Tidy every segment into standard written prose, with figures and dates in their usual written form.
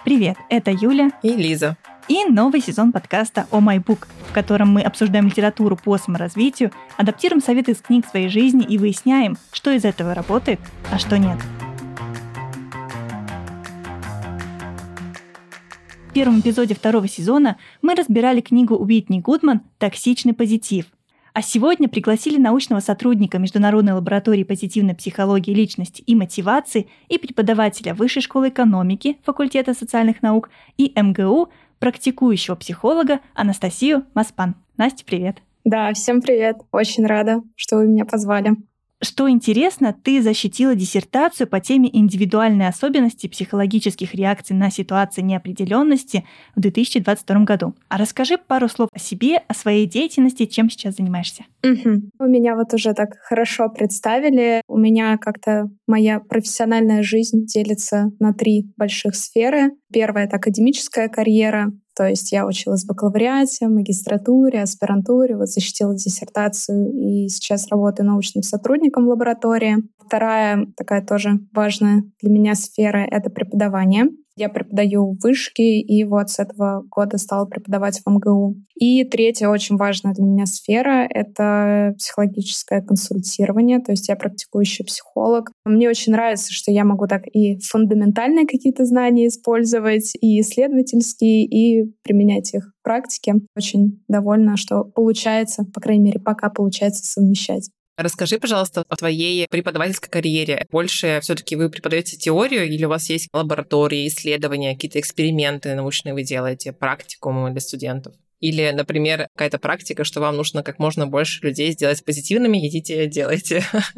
Привет, это Юля и Лиза. И новый сезон подкаста «О май бук», в котором мы обсуждаем литературу по саморазвитию, адаптируем советы из книг своей жизни и выясняем, что из этого работает, а что нет. В первом эпизоде второго сезона мы разбирали книгу Уитни Гудман «Токсичный позитив». А сегодня пригласили научного сотрудника Международной лаборатории позитивной психологии личности и мотивации и преподавателя Высшей школы экономики факультета социальных наук и МГУ, практикующего психолога Анастасию Маспан. Настя, привет. Да, всем привет. Очень рада, что вы меня позвали. Что интересно, ты защитила диссертацию по теме индивидуальные особенности психологических реакций на ситуации неопределенности в 2022 году. А расскажи пару слов о себе, о своей деятельности, чем сейчас занимаешься. У меня вот уже так хорошо представили. У меня как-то моя профессиональная жизнь делится на 3 больших сферы. Первая — это академическая карьера. То есть я училась в бакалавриате, магистратуре, аспирантуре, вот защитила диссертацию и сейчас работаю научным сотрудником в лаборатории. Вторая, такая тоже важная для меня сфера — это преподавание. Я преподаю в вышке и вот с этого года стала преподавать в МГУ. И третья очень важная для меня сфера — это психологическое консультирование, то есть я практикующий психолог. Мне очень нравится, что я могу так и фундаментальные какие-то знания использовать, и исследовательские, и применять их в практике. Очень довольна, что получается, по крайней мере, пока получается совмещать. Расскажи, пожалуйста, о твоей преподавательской карьере. Больше все-таки вы преподаете теорию или у вас есть лаборатории, исследования, какие-то эксперименты научные вы делаете, практикумы для студентов? Или, например, какая-то практика, что вам нужно как можно больше людей сделать позитивными, идите, делайте.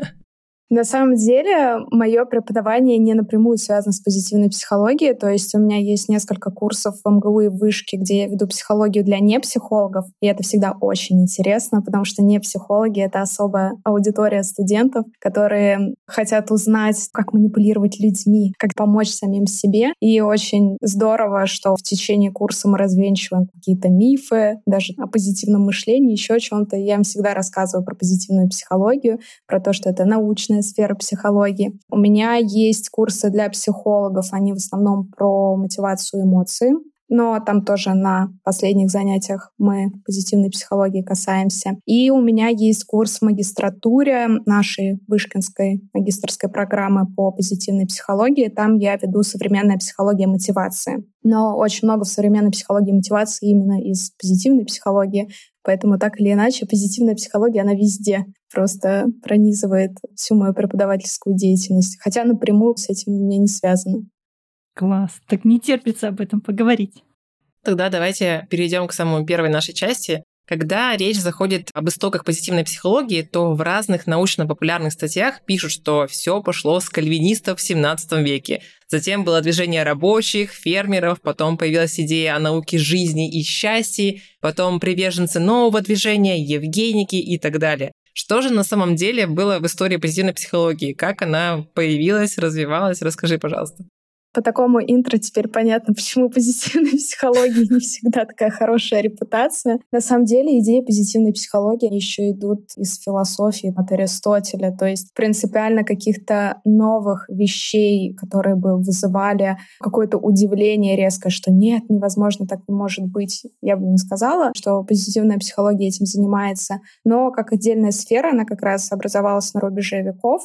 На самом деле, мое преподавание не напрямую связано с позитивной психологией. То есть у меня есть несколько курсов в МГУ и в Вышке, где я веду психологию для непсихологов. И это всегда очень интересно, потому что непсихологи — это особая аудитория студентов, которые хотят узнать, как манипулировать людьми, как помочь самим себе. И очень здорово, что в течение курса мы развенчиваем какие-то мифы, даже о позитивном мышлении, еще о чем-то. Я им всегда рассказываю про позитивную психологию, про то, что это научная сфера психологии. У меня есть курсы для психологов, они в основном про мотивацию и эмоции, но там тоже на последних занятиях мы позитивной психологии касаемся. И у меня есть курс в магистратуре нашей вышкинской магистерской программы по позитивной психологии. Там я веду современная психология мотивации. Но очень много в современной психологии мотивации именно из позитивной психологии. Поэтому так или иначе позитивная психология, она везде просто пронизывает всю мою преподавательскую деятельность. Хотя напрямую с этим у меня не связано. Класс, так не терпится об этом поговорить. Тогда давайте перейдем к самой первой нашей части. Когда речь заходит об истоках позитивной психологии, то в разных научно-популярных статьях пишут, что все пошло с кальвинистов в 17 веке. Затем было движение рабочих, фермеров, потом появилась идея о науке жизни и счастья, потом приверженцы нового движения, евгеники и так далее. Что же на самом деле было в истории позитивной психологии? Как она появилась, развивалась? Расскажи, пожалуйста. По такому интро теперь понятно, почему позитивной психологии не всегда такая хорошая репутация. На самом деле идеи позитивной психологии еще идут из философии от Аристотеля, то есть принципиально каких-то новых вещей, которые бы вызывали какое-то удивление резкое, что нет, невозможно, так не может быть. Я бы не сказала, что позитивная психология этим занимается, но как отдельная сфера она как раз образовалась на рубеже веков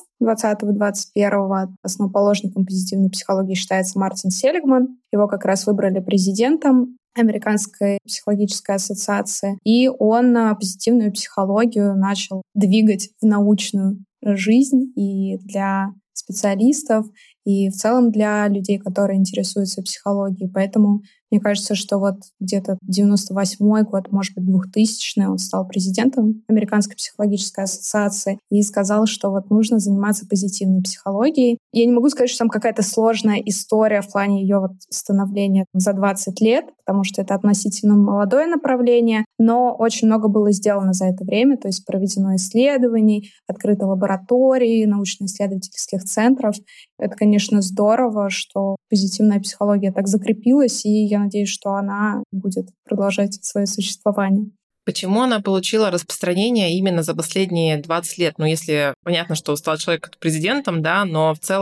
20-21. Основоположником позитивной психологии считается Мартин Селигман. Его как раз выбрали президентом Американской психологической ассоциации. И он позитивную психологию начал двигать в научную жизнь и для специалистов, и в целом для людей, которые интересуются психологией. Поэтому мне кажется, что вот где-то 98-й год, может быть, 2000-й, он стал президентом Американской психологической ассоциации и сказал, что вот нужно заниматься позитивной психологией. Я не могу сказать, что там какая-то сложная история в плане ее вот становления за 20 лет, потому что это относительно молодое направление, но очень много было сделано за это время, то есть проведено исследований, открыто лабораторий, научно-исследовательских центров. Это, конечно, здорово, что позитивная психология так закрепилась, и я надеюсь, что она будет продолжать свое существование. Почему она получила распространение именно за последние 20 лет? Ну, если понятно, что стал человек президентом, да, но в целом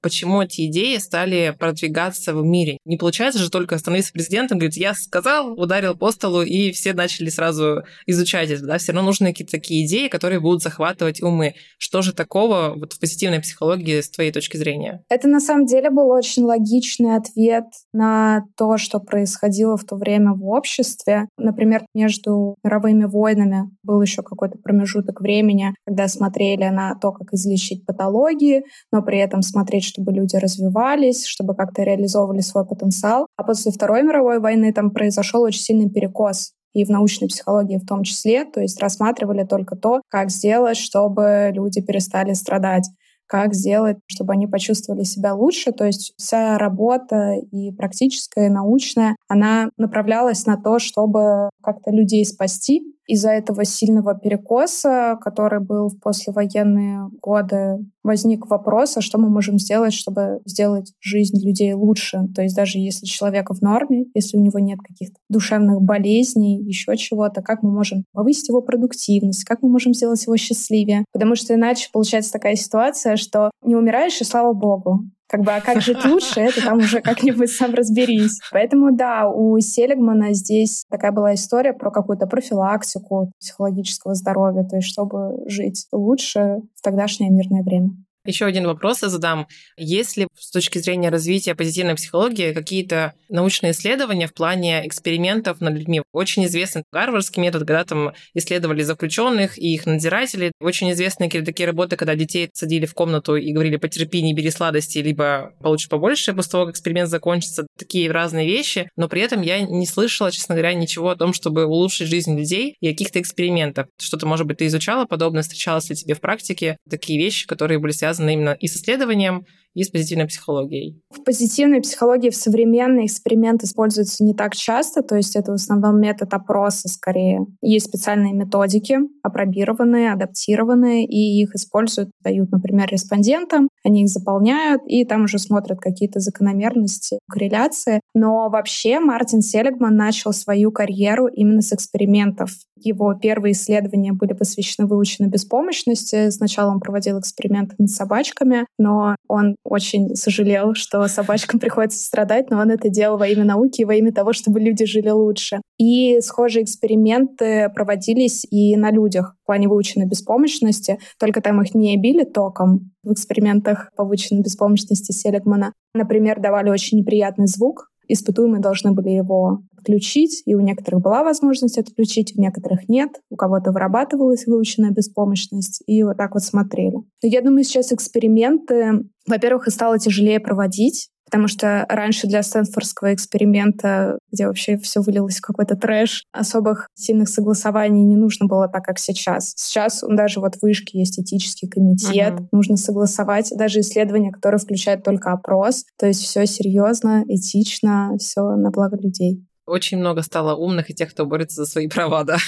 почему эти идеи стали продвигаться в мире. Не получается же только становиться президентом, говорит, я сказал, ударил по столу, и все начали сразу изучать это. Да? Все равно нужны какие-то такие идеи, которые будут захватывать умы. Что же такого вот в позитивной психологии с твоей точки зрения? Это на самом деле был очень логичный ответ на то, что происходило в то время в обществе. Например, между мировыми войнами был еще какой-то промежуток времени, когда смотрели на то, как излечить патологии, но при этом смотреть, чтобы люди развивались, чтобы как-то реализовывали свой потенциал. А после Второй мировой войны там произошел очень сильный перекос. И в научной психологии в том числе, то есть рассматривали только то, как сделать, чтобы люди перестали страдать, как сделать, чтобы они почувствовали себя лучше. То есть вся работа и практическая, и научная, она направлялась на то, чтобы как-то людей спасти. Из-за этого сильного перекоса, который был в послевоенные годы, возник вопрос, а что мы можем сделать, чтобы сделать жизнь людей лучше. То есть даже если человек в норме, если у него нет каких-то душевных болезней, еще чего-то, как мы можем повысить его продуктивность, как мы можем сделать его счастливее. Потому что иначе получается такая ситуация, что не умираешь, и слава богу. А как жить лучше, это там уже как-нибудь сам разберись. Поэтому да, у Селигмана здесь такая была история про какую-то профилактику психологического здоровья, то есть чтобы жить лучше в тогдашнее мирное время. Еще один вопрос я задам. Есть ли с точки зрения развития позитивной психологии какие-то научные исследования в плане экспериментов над людьми? Очень известный гарвардский метод, когда там исследовали заключенных и их надзирателей. Очень известные такие работы, когда детей садили в комнату и говорили: потерпи, не бери сладости, либо получишь побольше после того, как эксперимент закончится. Такие разные вещи. Но при этом я не слышала, честно говоря, ничего о том, чтобы улучшить жизнь людей и каких-то экспериментов. Что-то, может быть, ты изучала подобное? Встречалось ли тебе в практике такие вещи, которые были связаны именно и с исследованием, и с позитивной психологией? В позитивной психологии в современный эксперимент используется не так часто, то есть это в основном метод опроса скорее. Есть специальные методики, апробированные, адаптированные, и их используют, дают, например, респондентам, они их заполняют, и там уже смотрят какие-то закономерности, корреляции. Но вообще Мартин Селигман начал свою карьеру именно с экспериментов. Его первые исследования были посвящены выученной беспомощности. Сначала он проводил эксперименты над собачками, но он очень сожалел, что собачкам приходится страдать, но он это делал во имя науки и во имя того, чтобы люди жили лучше. И схожие эксперименты проводились и на людях в плане выученной беспомощности, только там их не били током в экспериментах по выученной беспомощности Селигмана. Например, давали очень неприятный звук, испытуемые должны были его отключить, и у некоторых была возможность отключить, у некоторых нет, у кого-то вырабатывалась выученная беспомощность, и вот так вот смотрели. Но я думаю, сейчас эксперименты, во-первых, и стало тяжелее проводить, потому что раньше для стэнфордского эксперимента, где вообще все вылилось в какой-то трэш, особых сильных согласований не нужно было так, как сейчас. Сейчас даже вот в вышке есть этический комитет, нужно согласовать даже исследования, которые включают только опрос. То есть все серьезно, этично, все на благо людей. Очень много стало умных и тех, кто борется за свои права, да.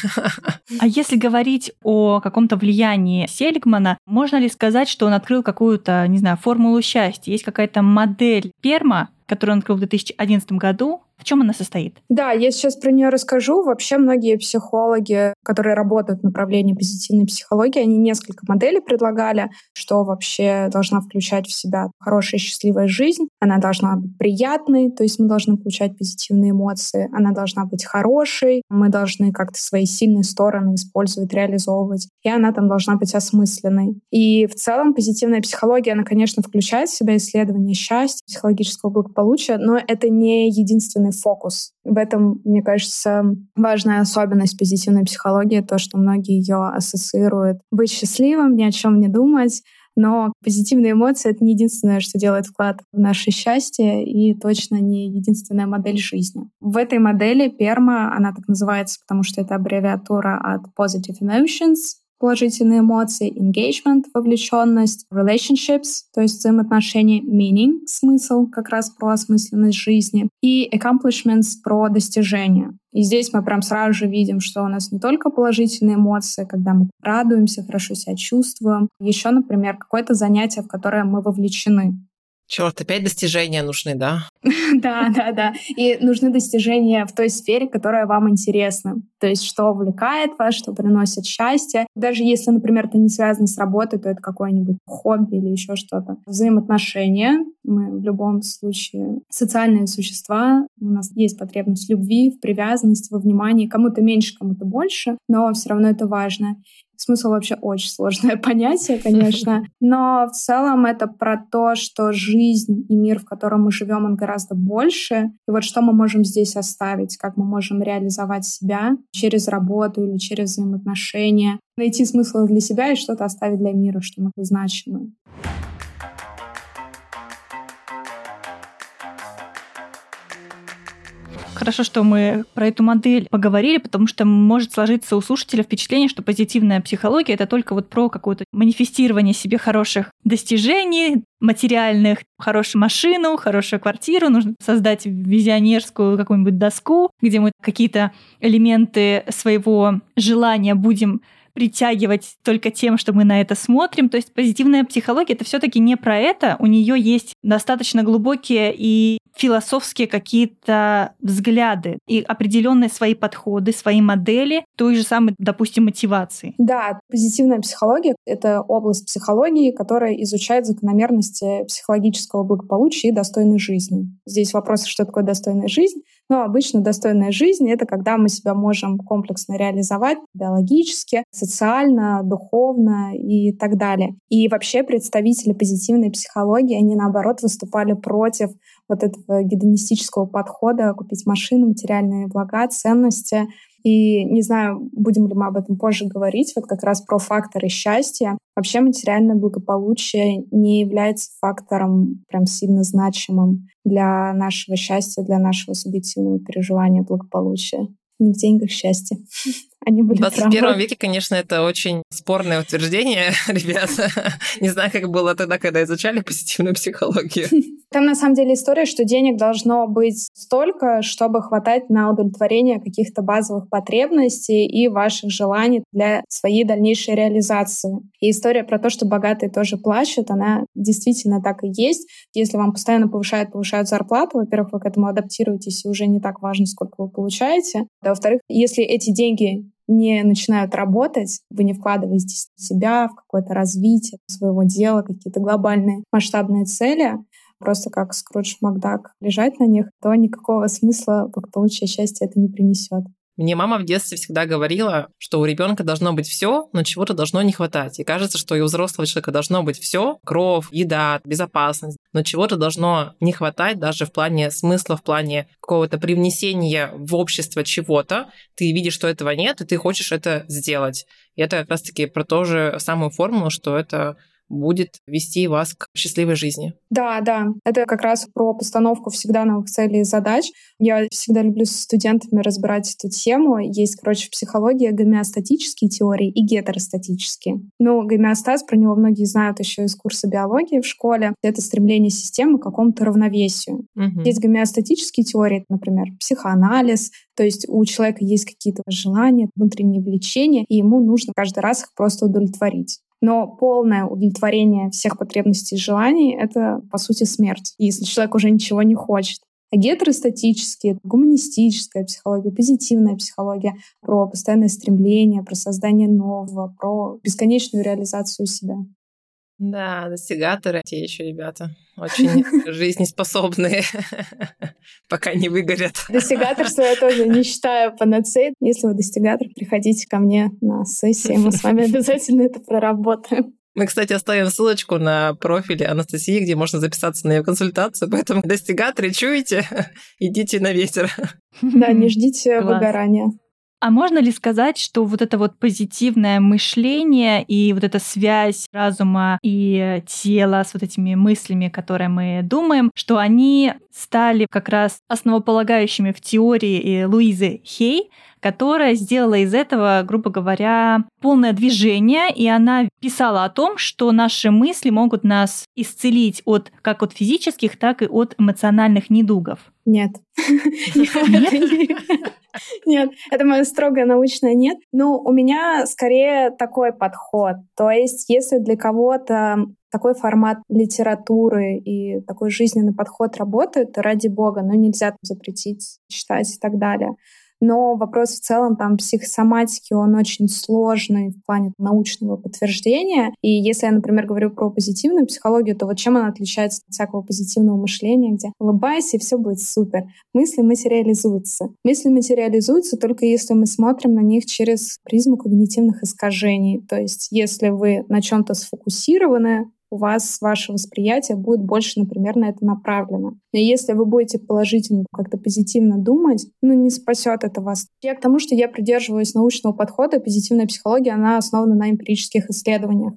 А если говорить о каком-то влиянии Селигмана, можно ли сказать, что он открыл какую-то, не знаю, формулу счастья? Есть какая-то модель Перма, которую он открыл в 2011 году? В чем она состоит? Да, я сейчас про нее расскажу. Вообще многие психологи, которые работают в направлении позитивной психологии, они несколько моделей предлагали, что вообще должна включать в себя хорошая счастливая жизнь. Она должна быть приятной, то есть мы должны получать позитивные эмоции. Она должна быть хорошей, мы должны как-то свои сильные стороны использовать, реализовывать. И она там должна быть осмысленной. И в целом позитивная психология, она, конечно, включает в себя исследование счастья, психологического благополучия, но это не единственный фокус. В этом, мне кажется, важная особенность позитивной психологии, то, что многие ее ассоциируют. Быть счастливым, ни о чем не думать, но позитивные эмоции — это не единственное, что делает вклад в наше счастье, и точно не единственная модель жизни. В этой модели PERMA, она так называется, потому что это аббревиатура от Positive Emotions, положительные эмоции, engagement, вовлеченность, relationships, то есть взаимоотношения, meaning, смысл, как раз про осмысленность жизни, и accomplishments, про достижения. И здесь мы прям сразу же видим, что у нас не только положительные эмоции, когда мы радуемся, хорошо себя чувствуем, еще, например, какое-то занятие, в которое мы вовлечены. Черт, опять достижения нужны, да? Да. И нужны достижения в той сфере, которая вам интересна. То есть что увлекает вас, что приносит счастье. Даже если, например, это не связано с работой, то это какое-нибудь хобби или еще что-то. Взаимоотношения. Мы в любом случае социальные существа. У нас есть потребность в любви, в привязанности, во внимании. Кому-то меньше, кому-то больше, но все равно это важно. Смысл вообще очень сложное понятие, конечно, но в целом это про то, что жизнь и мир, в котором мы живем, он гораздо больше. И вот что мы можем здесь оставить, как мы можем реализовать себя через работу или через взаимоотношения, найти смысл для себя и что-то оставить для мира, что мы значимы. Хорошо, что мы про эту модель поговорили, потому что может сложиться у слушателя впечатление, что позитивная психология — это только вот про какое-то манифестирование себе хороших достижений, материальных, хорошую машину, хорошую квартиру. Нужно создать визионерскую какую-нибудь доску, где мы какие-то элементы своего желания будем притягивать только тем, что мы на это смотрим. То есть позитивная психология — это все-таки не про это. У нее есть достаточно глубокие и философские какие-то взгляды и определенные свои подходы, свои модели той же самой, допустим, мотивации. Да, позитивная психология — это область психологии, которая изучает закономерности психологического благополучия и достойной жизни. Здесь вопрос, что такое достойная жизнь. Но обычно достойная жизнь — это когда мы себя можем комплексно реализовать биологически, социально, духовно и так далее. И вообще представители позитивной психологии, они наоборот выступали против вот этого гедонистического подхода купить машину, материальные блага, ценности. И не знаю, будем ли мы об этом позже говорить, вот как раз про факторы счастья. Вообще материальное благополучие не является фактором прям сильно значимым для нашего счастья, для нашего субъективного переживания благополучия. Не в деньгах счастье. Они были в 21 правы. веке, конечно, это очень спорное утверждение, ребята. Не знаю, как было тогда, когда изучали позитивную психологию. Там на самом деле история, что денег должно быть столько, чтобы хватать на удовлетворение каких-то базовых потребностей и ваших желаний для своей дальнейшей реализации. И история про то, что богатые тоже плачут, она действительно так и есть. Если вам постоянно повышают зарплату, во-первых, вы к этому адаптируетесь, и уже не так важно, сколько вы получаете. А во-вторых, если эти деньги не начинают работать, вы не вкладываетесь в себя, в какое-то развитие своего дела, какие-то глобальные масштабные цели, просто как Скрудж Макдак лежать на них, то никакого смысла благополучия, счастья это не принесет. Мне мама в детстве всегда говорила, что у ребенка должно быть все, но чего-то должно не хватать. И кажется, что и у взрослого человека должно быть все: кров, еда, безопасность, но чего-то должно не хватать даже в плане смысла, в плане какого-то привнесения в общество чего-то. Ты видишь, что этого нет, и ты хочешь это сделать. И это как раз-таки про ту же самую формулу, что это будет вести вас к счастливой жизни. Да. Это как раз про постановку всегда новых целей и задач. Я всегда люблю с студентами разбирать эту тему. Есть, в психологии гомеостатические теории и гетеростатические. Гомеостаз, про него многие знают еще из курса биологии в школе. Это стремление системы к какому-то равновесию. Есть гомеостатические теории, например, психоанализ. То есть у человека есть какие-то желания, внутренние влечения, и ему нужно каждый раз их просто удовлетворить. Но полное удовлетворение всех потребностей и желаний — это, по сути, смерть, если человек уже ничего не хочет. А гетеростатические, гуманистическая психология, позитивная психология про постоянное стремление, про создание нового, про бесконечную реализацию себя. Да, достигаторы, те еще ребята, очень жизнеспособные, пока не выгорят. Достигаторство я тоже не считаю панацеей. Если вы достигатор, приходите ко мне на сессии, мы с вами обязательно это проработаем. Мы, кстати, оставим ссылочку на профиль Анастасии, где можно записаться на ее консультацию, поэтому достигаторы, чуете? Идите на ветер. Да, не ждите выгорания. А можно ли сказать, что вот это вот позитивное мышление и вот эта связь разума и тела с вот этими мыслями, которые мы думаем, что они стали как раз основополагающими в теории Луизы Хей, которая сделала из этого, грубо говоря, полное движение, и она писала о том, что наши мысли могут нас исцелить как от физических, так и от эмоциональных недугов? Нет. Нет, это мое строгое научное нет. У меня скорее такой подход. То есть, если для кого-то такой формат литературы и такой жизненный подход работает, то ради бога, но нельзя запретить читать и так далее. Но вопрос в целом там психосоматики, он очень сложный в плане научного подтверждения. И если я, например, говорю про позитивную психологию, то вот чем она отличается от всякого позитивного мышления, где улыбайся, и все будет супер. Мысли материализуются. Мысли материализуются только если мы смотрим на них через призму когнитивных искажений. То есть если вы на чем-то сфокусированы, у вас ваше восприятие будет больше, например, на это направлено. И если вы будете положительно, как-то позитивно думать, не спасет это вас. Я к тому, что я придерживаюсь научного подхода, позитивная психология, она основана на эмпирических исследованиях.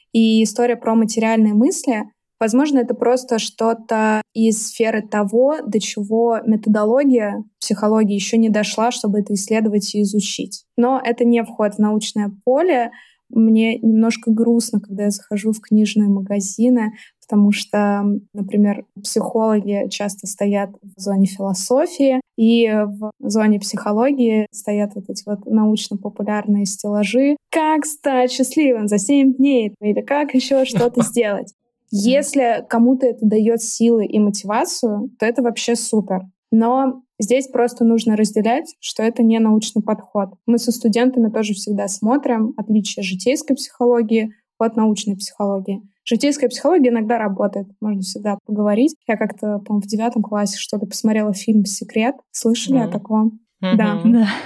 И история про материальные мысли, возможно, это просто что-то из сферы того, до чего методология психологии еще не дошла, чтобы это исследовать и изучить. Но это не вход в научное поле. Мне немножко грустно, когда я захожу в книжные магазины, потому что, например, психологи часто стоят в зоне философии, и в зоне психологии стоят вот эти вот научно-популярные стеллажи «Как стать счастливым за 7 дней?» или «Как еще что-то сделать?». Если кому-то это дает силы и мотивацию, то это вообще супер. Но здесь просто нужно разделять, что это не научный подход. Мы со студентами тоже всегда смотрим отличие житейской психологии от научной психологии. Житейская психология иногда работает, можно всегда поговорить. Я как-то, по-моему, в 9 классе, что ли, посмотрела фильм «Секрет». Слышали о таком? Да.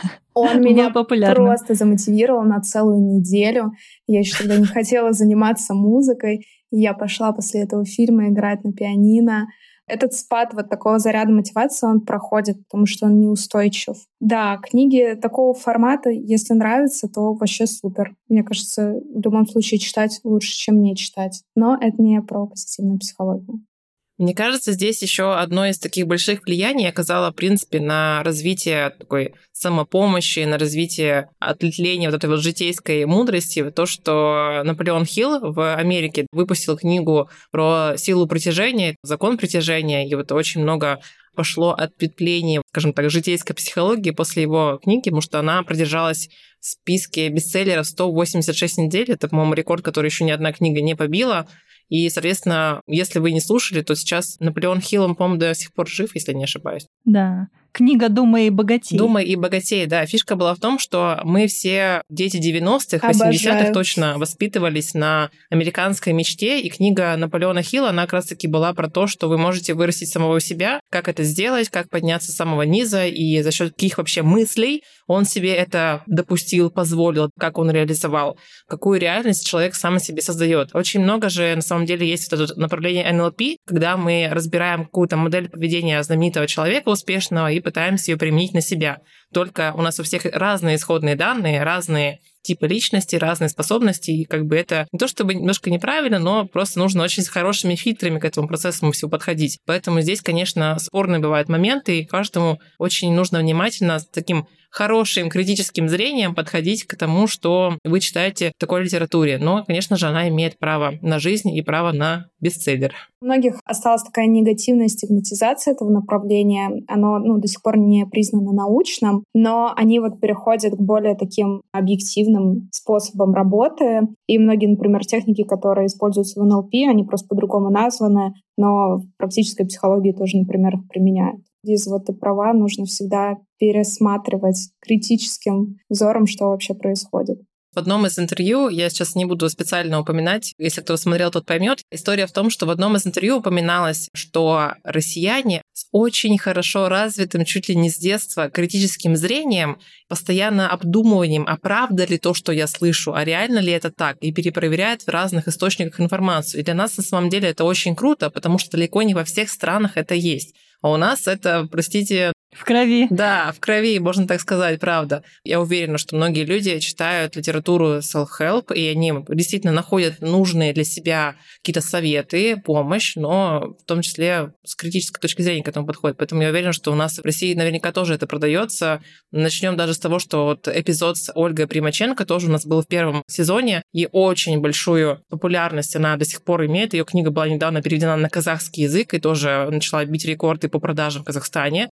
Он меня просто замотивировал на целую неделю. Я еще тогда не хотела заниматься музыкой. И я пошла после этого фильма играть на пианино. Этот спад вот такого заряда мотивации, он проходит, потому что он неустойчив. Да, книги такого формата, если нравятся, то вообще супер. Мне кажется, в любом случае читать лучше, чем не читать. Но это не про позитивную психологию. Мне кажется, здесь еще одно из таких больших влияний оказало, в принципе, на развитие такой самопомощи, на развитие ответвления вот этой вот житейской мудрости, то, что Наполеон Хилл в Америке выпустил книгу про силу притяжения, закон притяжения, и вот очень много пошло ответвлений, скажем так, житейской психологии после его книги, потому что она продержалась в списке бестселлеров 186 недель. Это, по-моему, рекорд, который еще ни одна книга не побила. И, соответственно, если вы не слушали, то сейчас Наполеон Хилл, он, по-моему, до сих пор жив, если не ошибаюсь. Да. Книга «Думай и богатей». «Думай и богатей», да. Фишка была в том, что мы все дети 90-х, 80-х точно воспитывались на американской мечте, и книга Наполеона Хилла, она как раз-таки была про то, что вы можете вырастить самого себя, как это сделать, как подняться с самого низа, и за счет каких вообще мыслей он себе это допустил, позволил, как он реализовал, какую реальность человек сам себе создает. Очень много же, на самом деле, есть вот это направление NLP, когда мы разбираем какую-то модель поведения знаменитого человека успешного и пытаемся ее применить на себя. Только у нас у всех разные исходные данные, разные типы личности, разные способности, и как бы это не то чтобы немножко неправильно, но просто нужно очень с хорошими фильтрами к этому процессу всего подходить. Поэтому здесь, конечно, спорные бывают моменты, и каждому очень нужно внимательно с таким хорошим критическим зрением подходить к тому, что вы читаете в такой литературе. Но, конечно же, она имеет право на жизнь и право на бестселлер. У многих осталась такая негативная стигматизация этого направления. Оно до сих пор не признано научным, но они вот переходят к более таким объективным способам работы. И многие, например, техники, которые используются в НЛП, они просто по-другому названы, но в практической психологии тоже, например, их применяют. Здесь вот ты права, нужно всегда пересматривать критическим взором, что вообще происходит. В одном из интервью, я сейчас не буду специально упоминать, если кто смотрел, тот поймет. История в том, что в одном из интервью упоминалось, что россияне с очень хорошо развитым, чуть ли не с детства, критическим зрением, постоянно обдумыванием, а правда ли то, что я слышу, а реально ли это так, и перепроверяют в разных источниках информацию. И для нас на самом деле это очень круто, потому что далеко не во всех странах это есть. А у нас это, простите... В крови. Да, в крови, можно так сказать, правда. Я уверена, что многие люди читают литературу self-help, и они действительно находят нужные для себя какие-то советы, помощь, но в том числе с критической точки зрения к этому подходят. Поэтому я уверена, что у нас в России наверняка тоже это продается. Начнем даже с того, что вот эпизод с Ольгой Примаченко тоже у нас был в первом сезоне, и очень большую популярность она до сих пор имеет. Ее книга была недавно переведена на казахский язык и тоже начала бить рекорды по продажам в Казахстане. Это тоже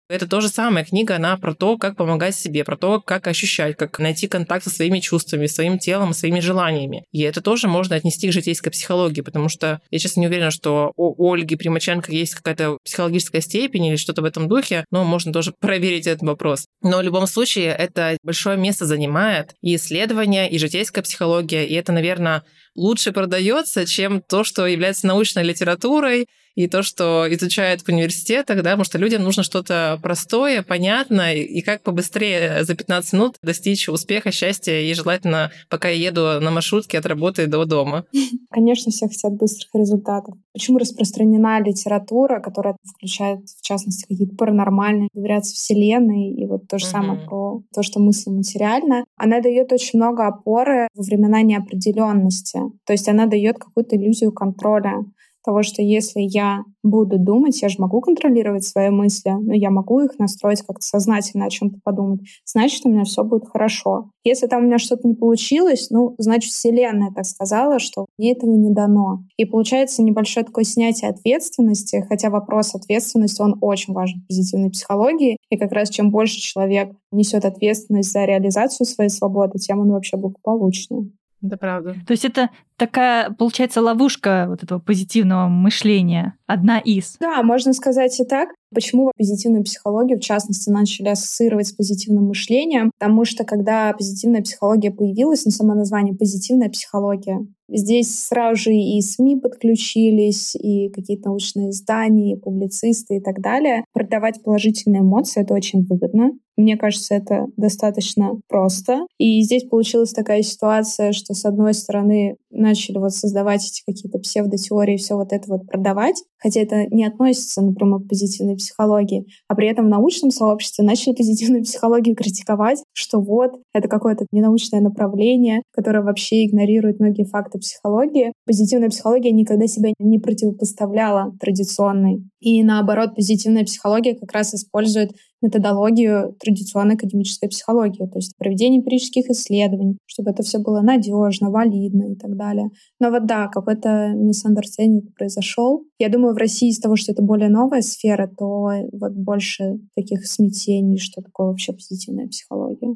же самое, книга, она про то, как помогать себе, про то, как ощущать, как найти контакт со своими чувствами, своим телом, своими желаниями. И это тоже можно отнести к житейской психологии, потому что я, честно, не уверена, что у Ольги Примаченко есть какая-то психологическая степень или что-то в этом духе, но можно тоже проверить этот вопрос. Но в любом случае это большое место занимает и исследования, и житейская психология, и это, наверное, лучше продается, чем то, что является научной литературой, и то, что изучают в университетах, да, потому что людям нужно что-то простое, понятное, и как побыстрее за 15 минут достичь успеха, счастья, и желательно, пока я еду на маршрутке от работы до дома. Конечно, все хотят быстрых результатов. Почему распространена литература, которая включает, в частности, какие-то паранормальные, доверяться Вселенной, и вот то же самое про то, что мысли материально. Она дает очень много опоры во времена неопределенности. То есть она дает какую-то иллюзию контроля. Того, что если я буду думать, я же могу контролировать свои мысли, но я могу их настроить как-то сознательно о чем-то подумать, значит, у меня все будет хорошо. Если там у меня что-то не получилось, значит, Вселенная так сказала, что мне этого не дано. И получается небольшое такое снятие ответственности, хотя вопрос ответственности, он очень важен в позитивной психологии, и как раз чем больше человек несет ответственность за реализацию своей свободы, тем он вообще благополучнее. Это правда. То есть это такая, получается, ловушка вот этого позитивного мышления, одна из. Да, можно сказать и так. Почему позитивную психологию, в частности, начали ассоциировать с позитивным мышлением? Потому что когда позитивная психология появилась, само название «позитивная психология», здесь сразу же и СМИ подключились, и какие-то научные издания, и публицисты и так далее. Продавать положительные эмоции — это очень выгодно. Мне кажется, это достаточно просто. И здесь получилась такая ситуация, что, с одной стороны, начали создавать эти какие-то псевдотеории, все вот это продавать, хотя это не относится напрямую к позитивной психологии, а при этом в научном сообществе начали позитивную психологию критиковать, что это какое-то ненаучное направление, которое вообще игнорирует многие факты психологии. Позитивная психология никогда себя не противопоставляла традиционной. И наоборот, позитивная психология как раз использует методологию традиционной академической психологии, то есть проведение эмпирических исследований, чтобы это все было надежно, валидно и так далее. Но какой-то миссандерстендинг произошел. Я думаю, в России из-за того, что это более новая сфера, то больше таких смятений, что такое вообще позитивная психология.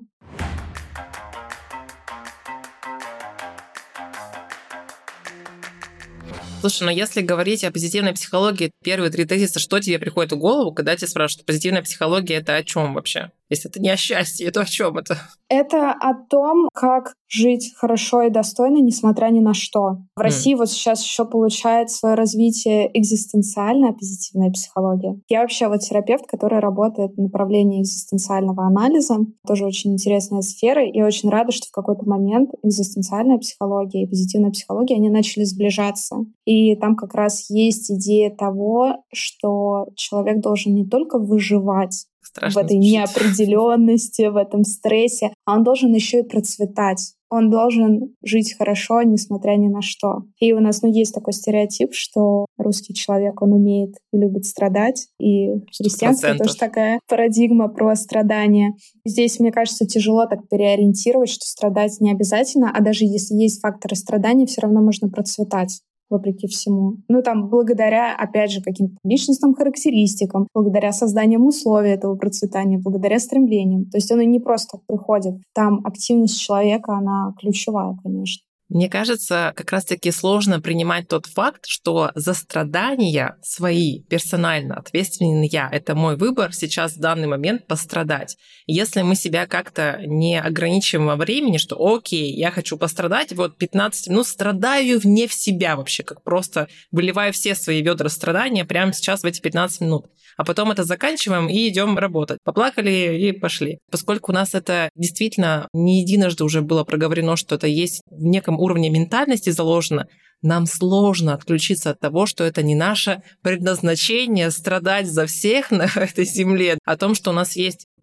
Слушай, но если говорить о позитивной психологии, первые 3 тезиса, что тебе приходит в голову, когда тебя спрашивают, позитивная психология — это о чем вообще? Если это не о счастье, то о чем это? Это о том, как жить хорошо и достойно, несмотря ни на что. В России сейчас еще получает свое развитие экзистенциальная позитивная психология. Я вообще терапевт, который работает в направлении экзистенциального анализа. Тоже очень интересная сфера. И очень рада, что в какой-то момент экзистенциальная психология и позитивная психология, они начали сближаться. И там как раз есть идея того, что человек должен не только выживать в этой неопределенности, в этом стрессе, а он должен еще и процветать. Он должен жить хорошо, несмотря ни на что. И у нас есть такой стереотип, что русский человек, он умеет и любит страдать, и христианская тоже такая парадигма про страдания. Здесь, мне кажется, тяжело так переориентировать, что страдать не обязательно, а даже если есть факторы страдания, все равно можно процветать. Вопреки всему. Благодаря, опять же, каким-то личностным характеристикам, благодаря созданиям условий этого процветания, благодаря стремлениям. То есть оно не просто приходит. Там активность человека, она ключевая, конечно. Мне кажется, как раз-таки сложно принимать тот факт, что за страдания свои персонально ответственен я. Это мой выбор сейчас в данный момент пострадать. Если мы себя как-то не ограничиваем во времени, что окей, я хочу пострадать, 15 минут страдаю вне в себя вообще, как просто выливаю все свои ведра страдания прямо сейчас в эти 15 минут. А потом это заканчиваем и идем работать. Поплакали и пошли. Поскольку у нас это действительно не единожды уже было проговорено, что это есть в неком уровне ментальности заложено, нам сложно отключиться от того, что это не наше предназначение страдать за всех на этой земле, о том, что у нас есть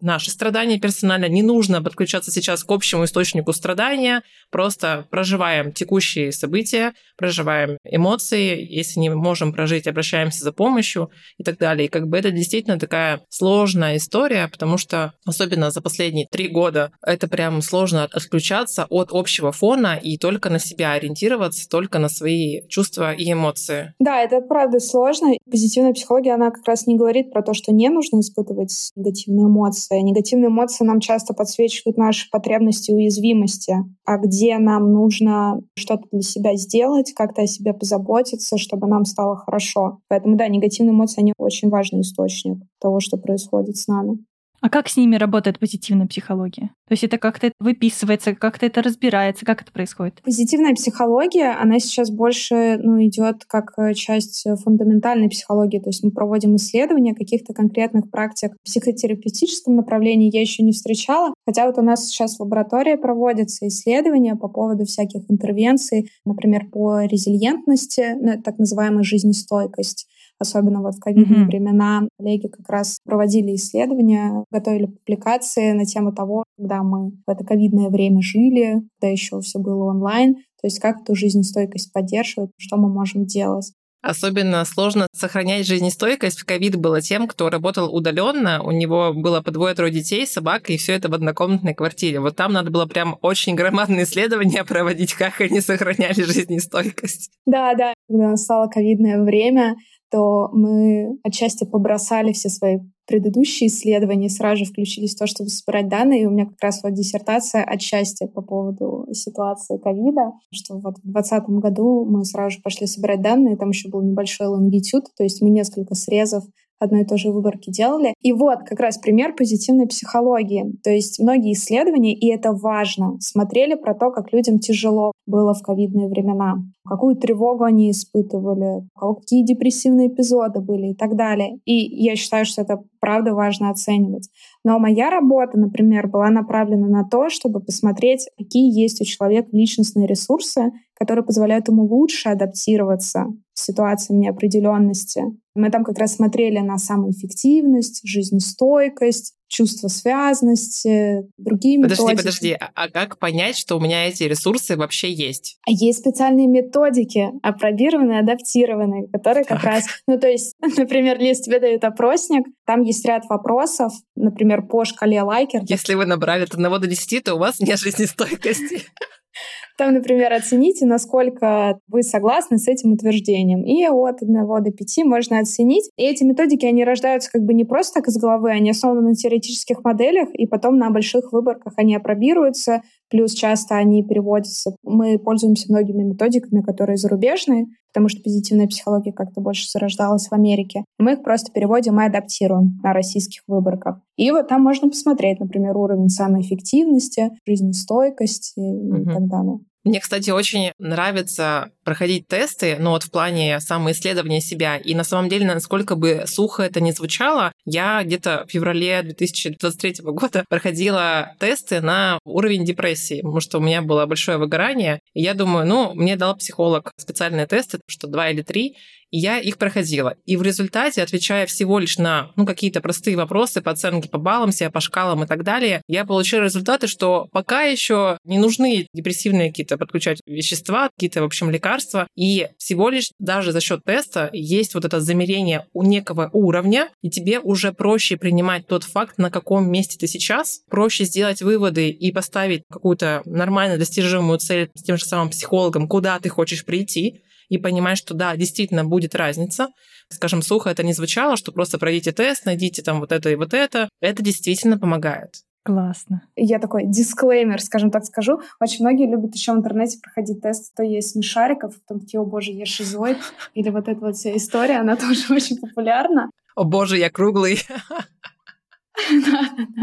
наши страдания персонально. Не нужно подключаться сейчас к общему источнику страдания, просто проживаем текущие события, проживаем эмоции, если не можем прожить, обращаемся за помощью и так далее. И как бы это действительно такая сложная история, потому что особенно за последние 3 года это прям сложно отключаться от общего фона и только на себя ориентироваться, только на свои чувства и эмоции. Да, это правда сложно. Позитивная психология, она как раз не говорит про то, что не нужно испытывать негативные эмоции. Негативные эмоции нам часто подсвечивают наши потребности и уязвимости. А где нам нужно что-то для себя сделать, как-то о себе позаботиться, чтобы нам стало хорошо. Поэтому, да, негативные эмоции, они очень важный источник того, что происходит с нами. А как с ними работает позитивная психология? То есть это как-то выписывается, как-то это разбирается, как это происходит? Позитивная психология, она сейчас больше идет как часть фундаментальной психологии. То есть мы проводим исследования каких-то конкретных практик в психотерапевтическом направлении я еще не встречала. Хотя вот у нас сейчас в лаборатории проводятся исследования по поводу всяких интервенций, например, по резилиентности, так называемая жизнестойкость. Особенно вот в ковидные времена коллеги как раз проводили исследования, готовили публикации на тему того, когда мы в это ковидное время жили, когда еще все было онлайн, то есть как эту жизнестойкость поддерживать, что мы можем делать. Особенно сложно сохранять жизнестойкость в ковид было тем, кто работал удаленно. У него было по 2-3 детей, собака, и все это в однокомнатной квартире. Вот там надо было прям очень громадные исследования проводить, как они сохраняли жизнестойкость. Да, когда настало ковидное время, то мы отчасти побросали все свои предыдущие исследования, сразу же включились в то, чтобы собирать данные. И у меня как раз вот диссертация отчасти по поводу ситуации ковида, что вот в 2020 году мы сразу же пошли собирать данные, там еще был небольшой лонгитюд, то есть мы несколько срезов одной и той же выборки делали. И вот как раз пример позитивной психологии. То есть многие исследования, и это важно, смотрели про то, как людям тяжело было в ковидные времена, какую тревогу они испытывали, какие депрессивные эпизоды были и так далее. И я считаю, что это правда важно оценивать. Но моя работа, например, была направлена на то, чтобы посмотреть, какие есть у человека личностные ресурсы, которые позволяют ему лучше адаптироваться к ситуациям неопределенности. Мы там как раз смотрели на самоэффективность, жизнестойкость, чувство связности, другие методики. Подожди, а как понять, что у меня эти ресурсы вообще есть? А есть специальные методики, апробированные, адаптированные, которые как раз... то есть, например, если тебе дают опросник, там есть ряд вопросов, например, по шкале Лайкерта. Если вы набрали от 1 до 10, то у вас нет жизнестойкости. Там, например, оцените, насколько вы согласны с этим утверждением. И от 1 до 5 можно оценить. И эти методики, они рождаются как бы не просто так из головы, они основаны на теоретических моделях, и потом на больших выборках они апробируются, плюс часто они переводятся. Мы пользуемся многими методиками, которые зарубежные, потому что позитивная психология как-то больше зарождалась в Америке. Мы их просто переводим и адаптируем на российских выборках. И вот там можно посмотреть, например, уровень самоэффективности, жизнестойкости и так далее. Мне, кстати, очень нравится проходить тесты, но вот в плане самоисследования себя. И на самом деле, насколько бы сухо это ни звучало, я где-то в феврале 2023 года проходила тесты на уровень депрессии, потому что у меня было большое выгорание. И я думаю, мне дал психолог специальные тесты, что 2 или 3, и я их проходила. И в результате, отвечая всего лишь на какие-то простые вопросы по оценке по баллам, себя по шкалам и так далее, я получила результаты, что пока еще не нужны депрессивные какие-то подключать вещества, какие-то, в общем, лекарства. И всего лишь даже за счет теста есть вот это замерение у некого уровня, и тебе уже проще принимать тот факт, на каком месте ты сейчас, проще сделать выводы и поставить какую-то нормально достижимую цель с тем же самым психологом, куда ты хочешь прийти, и понимать, что да, действительно будет разница. Скажем, сухо это не звучало, что просто пройдите тест, найдите там вот это и вот это. Это действительно помогает. Классно. Я такой дисклеймер, скажем так, скажу. Очень многие любят еще в интернете проходить тест, то есть смешариков, потом такие, о боже, я шизоид. Или вот эта вот вся история, она тоже очень популярна. О боже, я круглый. Да.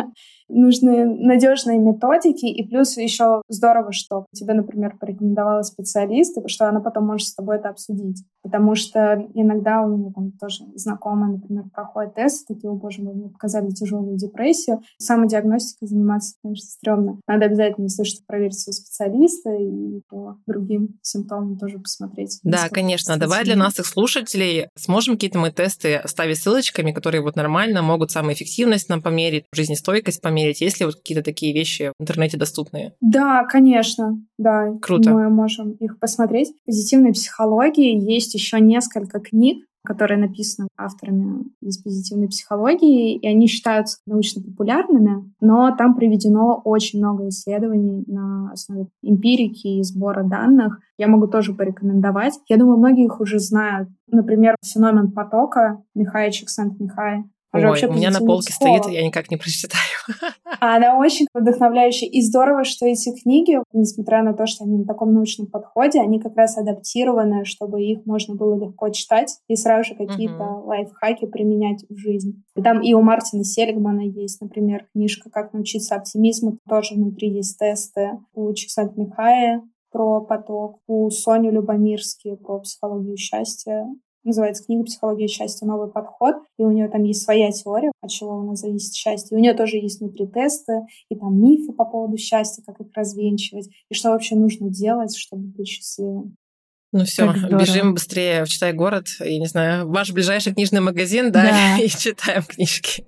нужны надежные методики, и плюс еще здорово, что тебе, например, порекомендовала специалист, и что она потом может с тобой это обсудить. Потому что иногда у меня там тоже знакомые, например, проходят тесты, такие, о боже мой, мне показали тяжелую депрессию. Самодиагностикой заниматься, конечно, стрёмно. Надо обязательно, если что, проверить своего специалиста и по другим симптомам тоже посмотреть. Да, конечно. Давай для наших слушателей сможем какие-то мы тесты оставить ссылочками, которые вот нормально могут самоэффективность нам померить, жизнестойкость померить, есть ли вот какие-то такие вещи в интернете доступные? Да, конечно, да. Круто. Мы можем их посмотреть. В позитивной психологии есть еще несколько книг, которые написаны авторами из позитивной психологии, и они считаются научно-популярными, но там приведено очень много исследований на основе эмпирики и сбора данных. Я могу тоже порекомендовать. Я думаю, многие их уже знают. Например, «Феномен потока» Михай Чиксент-Михай. Ой, у меня на полке психолог. стоит, я никак не прочитаю. Она очень вдохновляющая. И здорово, что эти книги, несмотря на то, что они на таком научном подходе, они как раз адаптированы, чтобы их можно было легко читать и сразу же какие-то лайфхаки применять в жизнь. И там и у Мартина Селигмана есть, например, книжка «Как научиться оптимизму». Тоже внутри есть тесты. У Чиксент-Михая про поток, у Сони Любомирски про психологию счастья. Называется книга «Психология счастья. Новый подход». И у нее там есть своя теория, от чего у нас зависит счастье. И у нее тоже есть внутри тесты, и там мифы по поводу счастья, как их развенчивать, и что вообще нужно делать, чтобы быть счастливым. Ну все, бежим быстрее в «Читай город». Я не знаю, в ваш ближайший книжный магазин, да. И читаем книжки.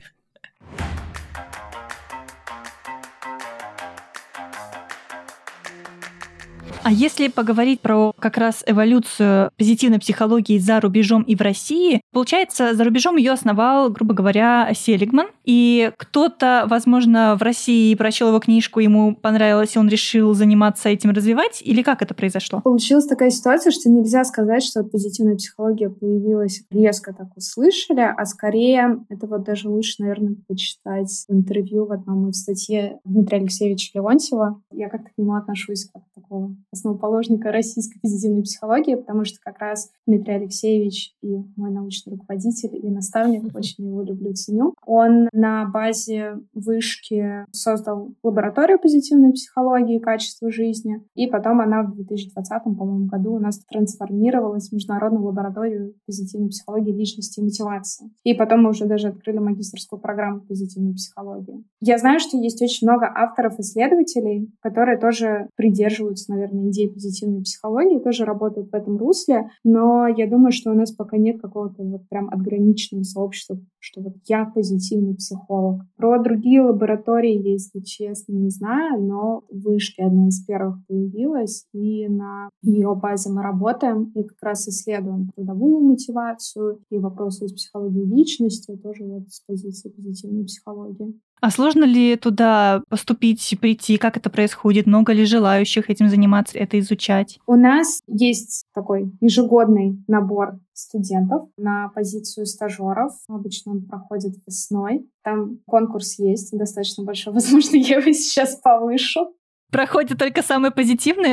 А если поговорить про как раз эволюцию позитивной психологии за рубежом и в России, получается, за рубежом ее основал, грубо говоря, Селигман, и кто-то, возможно, в России прочел его книжку, ему понравилось, и он решил заниматься этим, развивать, или как это произошло? Получилась такая ситуация, что нельзя сказать, что позитивная психология появилась резко, так услышали, а скорее, это вот даже лучше, наверное, почитать интервью в одном из статье Дмитрия Алексеевича Леонтьева. Я как-то к нему отношусь как к такого основоположника российской позитивной психологии, потому что как раз Дмитрий Алексеевич и мой научный руководитель и наставник, очень его люблю, ценю. Он на базе вышки создал лабораторию позитивной психологии и качества жизни, и потом она в 2020, по-моему, году у нас трансформировалась в международную лабораторию позитивной психологии личности и мотивации. И потом мы уже даже открыли магистерскую программу позитивной психологии. Я знаю, что есть очень много авторов-исследователей, которые тоже придерживаются, наверное, идеи позитивной психологии, тоже работают в этом русле, но я думаю, что у нас пока нет какого-то вот прям отграниченного сообщества, что вот я позитивный психолог. Про другие лаборатории, если честно, не знаю, но в Вышке одна из первых появилась, и на ее базе мы работаем и как раз исследуем трудовую мотивацию и вопросы из психологии личности, тоже вот с позиции позитивной психологии. А сложно ли туда поступить, прийти? Как это происходит? Много ли желающих этим заниматься, это изучать? У нас есть такой ежегодный набор студентов на позицию стажеров. Обычно он проходит весной. Там конкурс есть, достаточно большой. Возможно, я его сейчас повышу. Проходят только самые позитивные?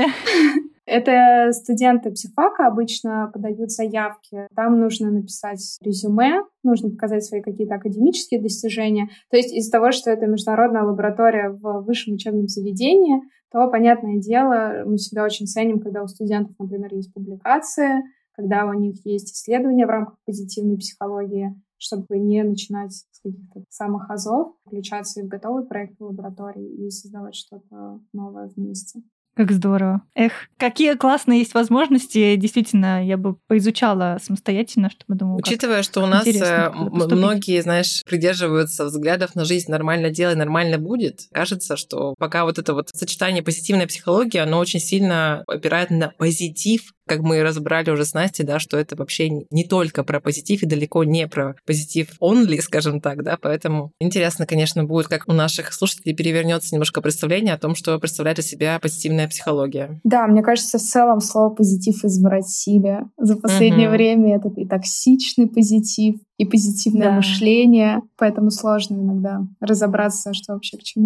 Это студенты психфака обычно подают заявки. Там нужно написать резюме, нужно показать свои какие-то академические достижения. То есть из-за того, что это международная лаборатория в высшем учебном заведении, то, понятное дело, мы всегда очень ценим, когда у студентов, например, есть публикации, когда у них есть исследования в рамках позитивной психологии, чтобы не начинать с каких-то самых азов, включаться и в готовый проект в лаборатории и создавать что-то новое вместе. Как здорово. Эх, какие классные есть возможности. Действительно, я бы поизучала самостоятельно, чтобы думала. Учитывая, что у нас многие, знаешь, придерживаются взглядов на жизнь «нормально делай, нормально будет», кажется, что пока вот это вот сочетание позитивной психологии, оно очень сильно опирает на позитив, как мы разобрали уже с Настей, да, что это вообще не только про позитив и далеко не про позитив only, скажем так, да, поэтому интересно, конечно, будет, как у наших слушателей перевернется немножко представление о том, что представляет из себя позитивная психология. Да, мне кажется, в целом слово «позитив» извратили за последнее время. Это и токсичный позитив, и позитивное мышление, поэтому сложно иногда разобраться, что вообще к чему.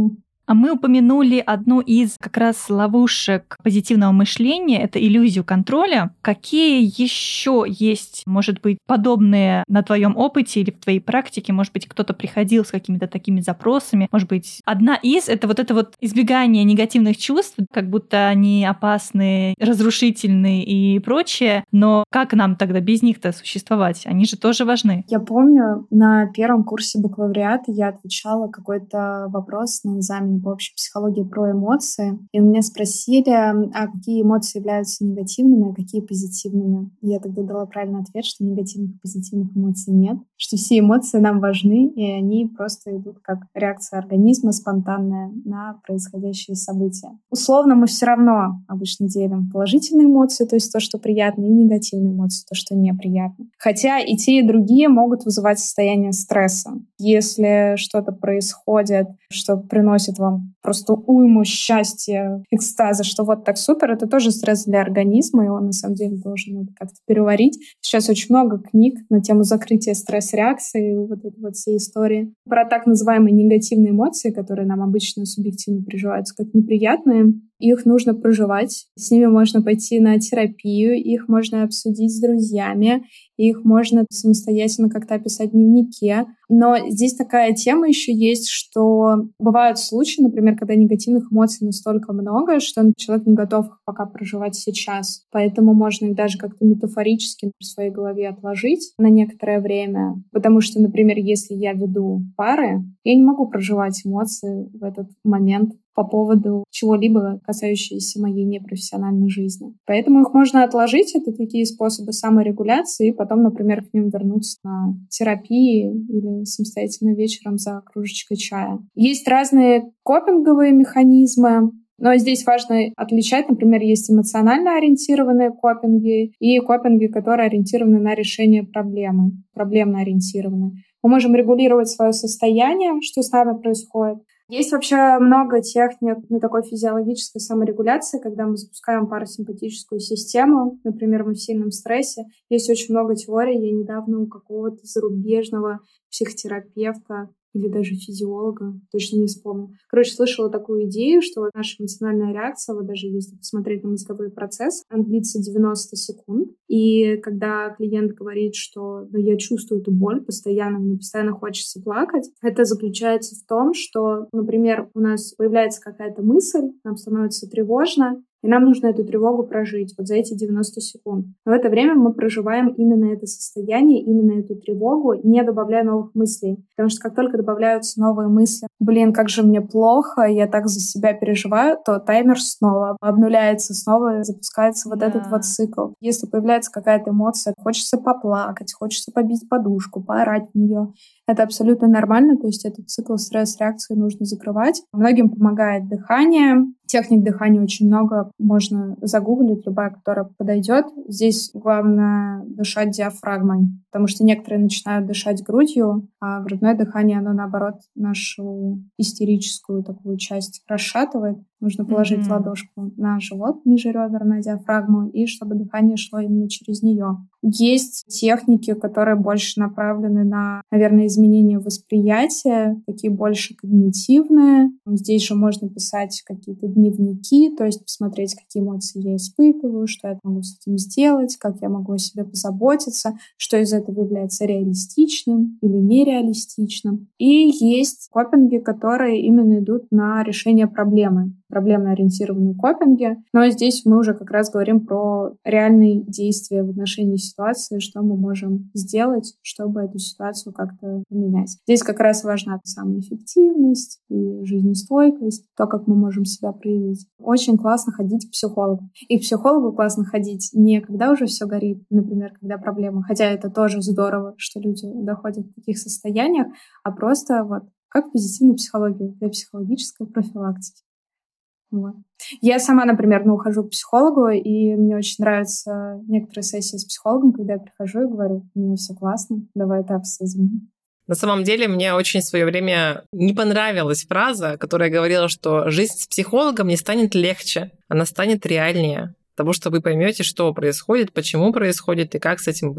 А мы упомянули одну из как раз ловушек позитивного мышления, это иллюзию контроля. Какие еще есть, может быть, подобные на твоем опыте или в твоей практике? Может быть, кто-то приходил с какими-то такими запросами? Может быть, одна из — это вот избегание негативных чувств, как будто они опасны, разрушительны и прочее. Но как нам тогда без них-то существовать? Они же тоже важны. Я помню, на первом курсе бакалавриата я отвечала какой-то вопрос на экзамене по общей психологии про эмоции. И у меня спросили, а какие эмоции являются негативными, а какие позитивными. И я тогда дала правильный ответ, что негативных и позитивных эмоций нет, что все эмоции нам важны, и они просто идут как реакция организма спонтанная на происходящие события. Условно мы все равно обычно делим положительные эмоции, то есть то, что приятно, и негативные эмоции, то, что неприятно. Хотя и те, и другие могут вызывать состояние стресса. Если что-то происходит, что приносит вам просто уйму счастья, экстаза, что вот так супер, это тоже стресс для организма, и он на самом деле должен это как-то переварить. Сейчас очень много книг на тему закрытия стресс-реакции, вот этой вот всей истории. Про так называемые негативные эмоции, которые нам обычно субъективно переживаются как неприятные, их нужно проживать, с ними можно пойти на терапию, их можно обсудить с друзьями, их можно самостоятельно как-то описать в дневнике. Но здесь такая тема еще есть, что бывают случаи, например, когда негативных эмоций настолько много, что человек не готов их пока проживать сейчас. Поэтому можно их даже как-то метафорически в своей голове отложить на некоторое время. Потому что, например, если я веду пары, я не могу проживать эмоции в этот момент по поводу чего-либо, касающегося моей непрофессиональной жизни. Поэтому их можно отложить. Это такие способы саморегуляции, и потом, например, к ним вернуться на терапии или самостоятельно вечером за кружечкой чая. Есть разные копинговые механизмы, но здесь важно отличать, например, есть эмоционально ориентированные копинги и копинги, которые ориентированы на решение проблемы, проблемно ориентированы. Мы можем регулировать свое состояние, что с нами происходит. Есть вообще много техник на такой физиологической саморегуляции, когда мы запускаем парасимпатическую систему, например, мы в сильном стрессе. Есть очень много теорий. Я недавно у какого-то зарубежного психотерапевта или даже физиолога, точно не вспомню. Короче, слышала такую идею, что наша эмоциональная реакция, вот даже если посмотреть на мозговые процессы, она длится 90 секунд. И когда клиент говорит, что я чувствую эту боль постоянно, мне постоянно хочется плакать, это заключается в том, что, например, у нас появляется какая-то мысль, нам становится тревожно, и нам нужно эту тревогу прожить вот за эти 90 секунд. Но в это время мы проживаем именно это состояние, именно эту тревогу, не добавляя новых мыслей. Потому что как только добавляются новые мысли, как же мне плохо, я так за себя переживаю, то таймер снова обнуляется, снова запускается вот этот вот цикл. Если появляется какая-то эмоция, хочется поплакать, хочется побить подушку, поорать в нее, это абсолютно нормально, то есть этот цикл стресс-реакции нужно закрывать. Многим помогает дыхание. Техник дыхания очень много, можно загуглить, любая, которая подойдет. Здесь главное дышать диафрагмой, потому что некоторые начинают дышать грудью, а грудное дыхание, оно наоборот нашу истерическую такую часть расшатывает. Нужно положить ладошку на живот, ниже ребер, на диафрагму, и чтобы дыхание шло именно через нее. Есть техники, которые больше направлены на, наверное, изменение восприятия, такие больше когнитивные. Здесь же можно писать какие-то дневники, то есть посмотреть, какие эмоции я испытываю, что я могу с этим сделать, как я могу о себе позаботиться, что из этого является реалистичным или нереалистичным. И есть копинги, которые именно идут на решение проблемы, проблемно-ориентированные копинги. Но здесь мы уже как раз говорим про реальные действия в отношении ситуации, что мы можем сделать, чтобы эту ситуацию как-то поменять. Здесь как раз важна самоэффективность и жизнестойкость, то, как мы можем себя проявить. Очень классно ходить к психологу. И к психологу классно ходить не когда уже все горит, например, когда проблема, хотя это тоже здорово, что люди доходят в таких состояниях, а просто вот как в позитивной психологии, для психологической профилактики. Вот. Я сама, например, хожу к психологу, и мне очень нравятся некоторые сессии с психологом, когда я прихожу и говорю, у меня все классно, давай это обсудим. На самом деле, мне очень в свое время не понравилась фраза, которая говорила, что жизнь с психологом не станет легче, она станет реальнее. Потому что вы поймете, что происходит, почему происходит и как с этим быть.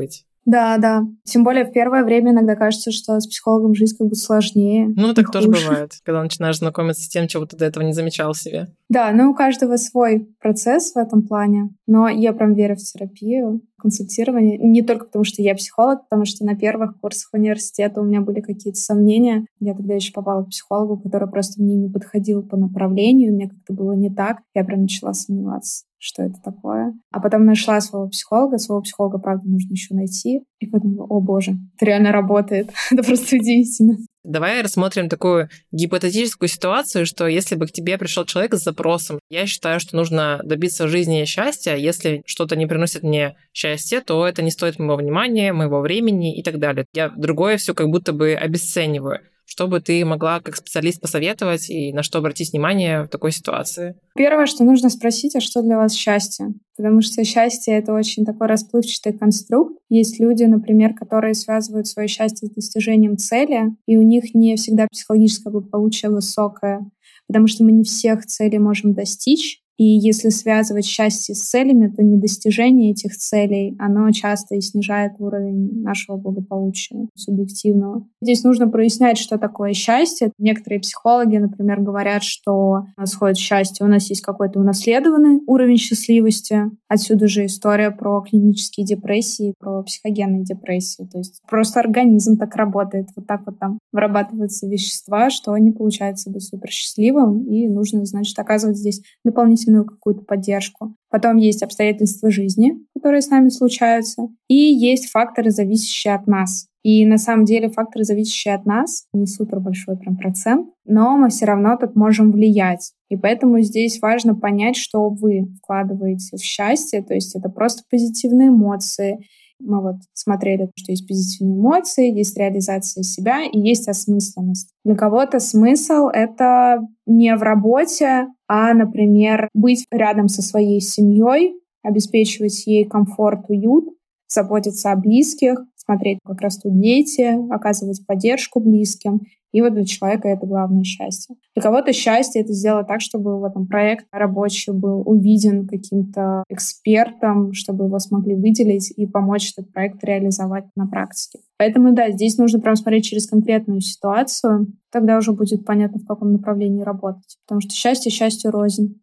Да, да. Тем более в первое время иногда кажется, что с психологом жизнь как бы сложнее. Ну, так тоже бывает, когда начинаешь знакомиться с тем, чего ты до этого не замечал в себе. Да, у каждого свой процесс в этом плане. Но я прям верю в терапию, консультирование. Не только потому, что я психолог, потому что на первых курсах университета у меня были какие-то сомнения. Я тогда еще попала к психологу, который просто мне не подходил по направлению. Мне как-то было не так. Я прям начала сомневаться, что это такое. А потом нашла своего психолога. Своего психолога, правда, нужно еще найти. И подумала, о боже, это реально работает. Это просто удивительно. Давай рассмотрим такую гипотетическую ситуацию, что если бы к тебе пришел человек с запросом, я считаю, что нужно добиться в жизни счастья, если что-то не приносит мне счастья, то это не стоит моего внимания, моего времени и так далее. Я другое все как будто бы обесцениваю. Что бы ты могла как специалист посоветовать и на что обратить внимание в такой ситуации? Первое, что нужно спросить, а что для вас счастье? Потому что счастье — это очень такой расплывчатый конструкт. Есть люди, например, которые связывают свое счастье с достижением цели, и у них не всегда психологическое благополучие высокое, потому что мы не всех целей можем достичь. И если связывать счастье с целями, то недостижение этих целей, оно часто и снижает уровень нашего благополучия субъективного. Здесь нужно прояснять, что такое счастье. Некоторые психологи, например, говорят, что у нас ходит счастье, у нас есть какой-то унаследованный уровень счастливости. Отсюда же история про клинические депрессии, про психогенные депрессии. То есть просто организм так работает. Вот так вот там вырабатываются вещества, что не получается быть суперсчастливым, и нужно, значит, оказывать здесь дополнительную какую-то поддержку. Потом есть обстоятельства жизни, которые с нами случаются, и есть факторы, зависящие от нас. И на самом деле факторы, зависящие от нас, не супер большой прям процент, но мы все равно тут можем влиять. И поэтому здесь важно понять, что вы вкладываете в счастье, то есть это просто позитивные эмоции. Мы вот смотрели, что есть позитивные эмоции, есть реализация себя и есть осмысленность. Для кого-то смысл — это не в работе, а, например, быть рядом со своей семьей, обеспечивать ей комфорт, уют, заботиться о близких, смотреть, как растут дети, оказывать поддержку близким. И вот для человека это главное счастье. Для кого-то счастье — это сделать так, чтобы в этом проект рабочий был увиден каким-то экспертом, чтобы его смогли выделить и помочь этот проект реализовать на практике. Поэтому, да, здесь нужно прям смотреть через конкретную ситуацию. Тогда уже будет понятно, в каком направлении работать. Потому что счастье счастью рознь.